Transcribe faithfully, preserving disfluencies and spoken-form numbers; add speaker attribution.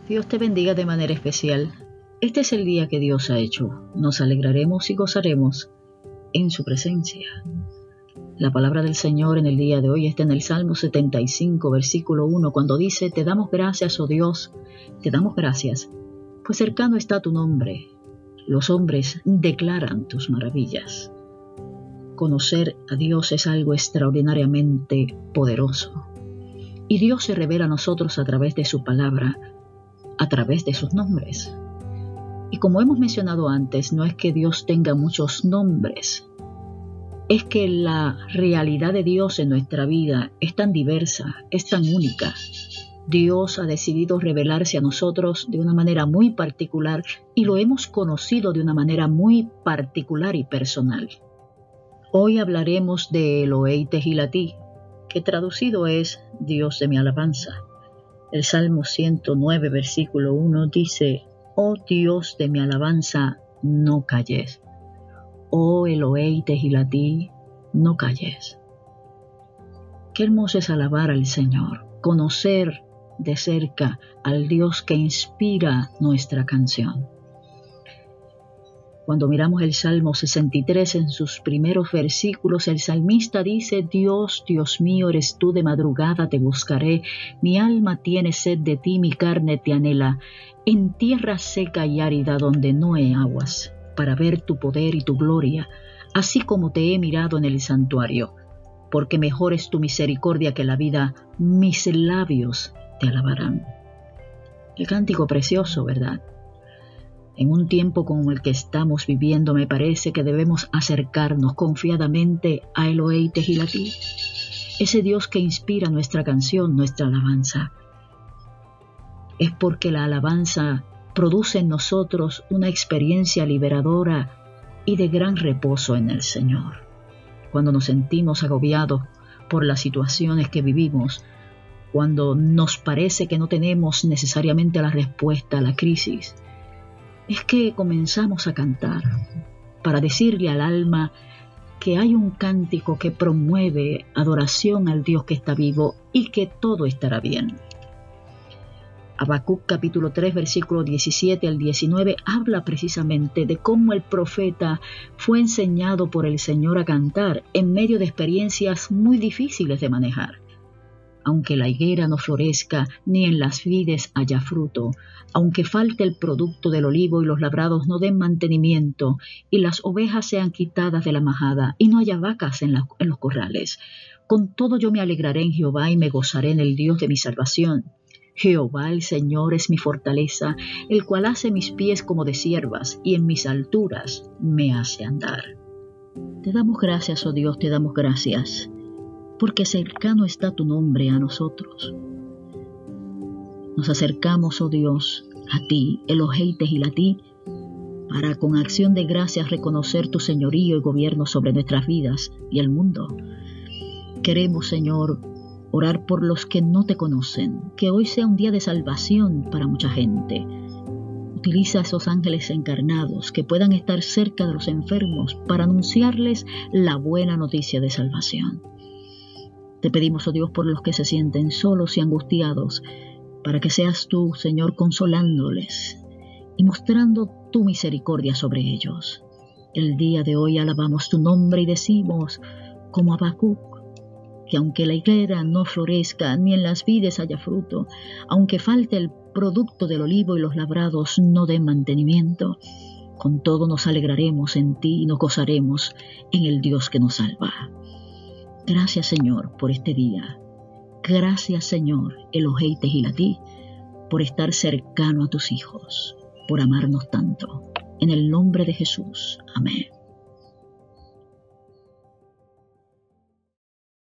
Speaker 1: Dios te bendiga de manera especial. Este es el día que Dios ha hecho. Nos alegraremos y gozaremos en su presencia. La palabra del Señor en el día de hoy está en el Salmo setenta y cinco, versículo uno, cuando dice: Te damos gracias, oh Dios, te damos gracias, pues cercano está tu nombre. Los hombres declaran tus maravillas. Conocer a Dios es algo extraordinariamente poderoso. Y Dios se revela a nosotros a través de su palabra, a través de sus nombres. Y como hemos mencionado antes, no es que Dios tenga muchos nombres, es que la realidad de Dios en nuestra vida es tan diversa, es tan única. Dios ha decidido revelarse a nosotros de una manera muy particular y lo hemos conocido de una manera muy particular y personal. Hoy hablaremos de Elohei Tehilatí, que traducido es Dios de mi alabanza. El Salmo ciento nueve, versículo uno dice: Oh Dios de mi alabanza, no calles. Oh Elohei Tehilatí, no calles. Qué hermoso es alabar al Señor, conocer de cerca al Dios que inspira nuestra canción. Cuando miramos el Salmo sesenta y tres en sus primeros versículos, el salmista dice: Dios, Dios mío, eres tú, de madrugada te buscaré, mi alma tiene sed de ti, mi carne te anhela, en tierra seca y árida donde no hay aguas, para ver tu poder y tu gloria, así como te he mirado en el santuario, porque mejor es tu misericordia que la vida, mis labios te alabarán. Qué cántico precioso, ¿verdad? En un tiempo como el que estamos viviendo, me parece que debemos acercarnos confiadamente a Elohei Tehilatí, ese Dios que inspira nuestra canción, nuestra alabanza. Es porque la alabanza produce en nosotros una experiencia liberadora y de gran reposo en el Señor. Cuando nos sentimos agobiados por las situaciones que vivimos, cuando nos parece que no tenemos necesariamente la respuesta a la crisis, es que comenzamos a cantar para decirle al alma que hay un cántico que promueve adoración al Dios que está vivo y que todo estará bien. Habacuc capítulo tres, versículo diecisiete al diecinueve habla precisamente de cómo el profeta fue enseñado por el Señor a cantar en medio de experiencias muy difíciles de manejar. Aunque la higuera no florezca, ni en las vides haya fruto, aunque falte el producto del olivo y los labrados no den mantenimiento, y las ovejas sean quitadas de la majada, y no haya vacas en, la, en los corrales, con todo yo me alegraré en Jehová y me gozaré en el Dios de mi salvación. Jehová el Señor es mi fortaleza, el cual hace mis pies como de ciervas, y en mis alturas me hace andar. Te damos gracias, oh Dios, te damos gracias, porque cercano está tu nombre a nosotros. Nos acercamos, oh Dios, a ti, Elohei Tehilatí, para con acción de gracias reconocer tu señorío y gobierno sobre nuestras vidas y el mundo. Queremos, Señor, orar por los que no te conocen, que hoy sea un día de salvación para mucha gente. Utiliza a esos ángeles encarnados que puedan estar cerca de los enfermos para anunciarles la buena noticia de salvación. Te pedimos, oh Dios, por los que se sienten solos y angustiados, para que seas tú, Señor, consolándoles y mostrando tu misericordia sobre ellos. El día de hoy alabamos tu nombre y decimos, como Habacuc, que aunque la higuera no florezca, ni en las vides haya fruto, aunque falte el producto del olivo y los labrados no den mantenimiento, con todo nos alegraremos en ti y nos gozaremos en el Dios que nos salva. Gracias, Señor, por este día. Gracias, Señor, Elohei Tehilatí, por estar cercano a tus hijos, por amarnos tanto. En el nombre de Jesús. Amén.